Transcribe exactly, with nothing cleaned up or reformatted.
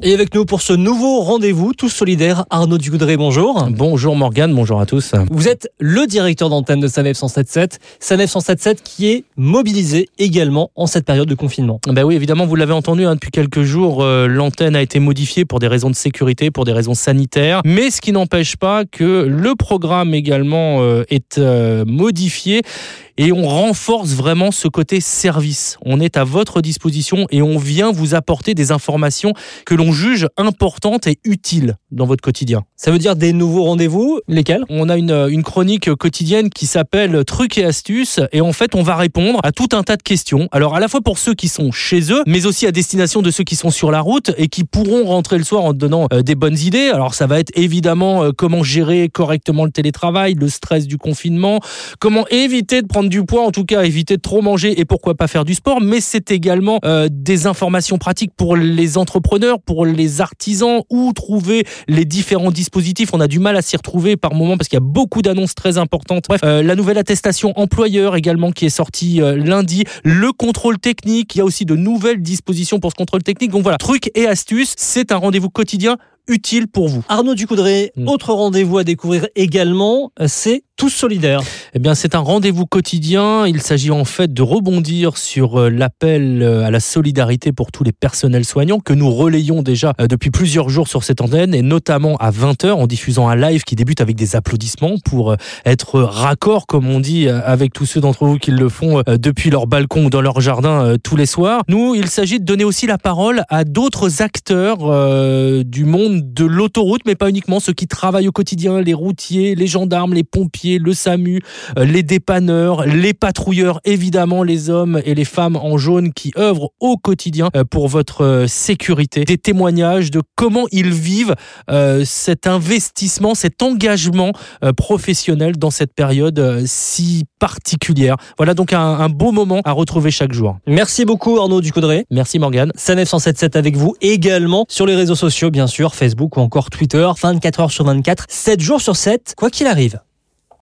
Et avec nous pour ce nouveau rendez-vous tous solidaires, Arnaud Ducoudray, bonjour. Bonjour Morgane, bonjour à tous. Vous êtes le directeur d'antenne de Sanef cent sept sept. Sanef cent sept sept qui est mobilisé également en cette période de confinement. Ben oui, évidemment, vous l'avez entendu, hein, depuis quelques jours, euh, l'antenne a été modifiée pour des raisons de sécurité, pour des raisons sanitaires. Mais ce qui n'empêche pas que le programme également euh, est euh, modifié. Et on renforce vraiment ce côté service. On est à votre disposition et on vient vous apporter des informations que l'on juge importantes et utiles dans votre quotidien. Ça veut dire des nouveaux rendez-vous, lesquels ? On a une, une chronique quotidienne qui s'appelle Trucs et astuces et en fait on va répondre à tout un tas de questions. Alors à la fois pour ceux qui sont chez eux, mais aussi à destination de ceux qui sont sur la route et qui pourront rentrer le soir en donnant euh, des bonnes idées. Alors ça va être évidemment euh, comment gérer correctement le télétravail, le stress du confinement, comment éviter de prendre du poids, en tout cas éviter de trop manger et pourquoi pas faire du sport, mais c'est également euh, des informations pratiques pour les entrepreneurs, pour les artisans, où trouver les différents dispositifs. On a du mal à s'y retrouver par moment parce qu'il y a beaucoup d'annonces très importantes. Bref, euh, la nouvelle attestation employeur également qui est sortie euh, lundi, le contrôle technique, il y a aussi de nouvelles dispositions pour ce contrôle technique. Donc voilà, trucs et astuces, c'est un rendez-vous quotidien utile pour vous. Arnaud Ducoudray, mmh. autre rendez-vous à découvrir également, c'est Tous solidaires. Eh bien, c'est un rendez-vous quotidien. Il s'agit en fait de rebondir sur l'appel à la solidarité pour tous les personnels soignants que nous relayons déjà depuis plusieurs jours sur cette antenne et notamment à vingt heures en diffusant un live qui débute avec des applaudissements pour être raccord, comme on dit, avec tous ceux d'entre vous qui le font depuis leur balcon ou dans leur jardin tous les soirs. Nous, il s'agit de donner aussi la parole à d'autres acteurs euh, du monde de l'autoroute, mais pas uniquement, ceux qui travaillent au quotidien, les routiers, les gendarmes, les pompiers, le SAMU, les dépanneurs, les patrouilleurs, évidemment les hommes et les femmes en jaune qui œuvrent au quotidien pour votre sécurité. Des témoignages de comment ils vivent euh, cet investissement, cet engagement euh, professionnel dans cette période euh, si particulière. Voilà donc un, un beau moment à retrouver chaque jour. Merci beaucoup Arnaud Ducoudray. Merci Morgane. Sanef cent sept sept avec vous également sur les réseaux sociaux, bien sûr, Facebook ou encore Twitter, vingt-quatre heures sur vingt-quatre, sept jours sur sept, quoi qu'il arrive.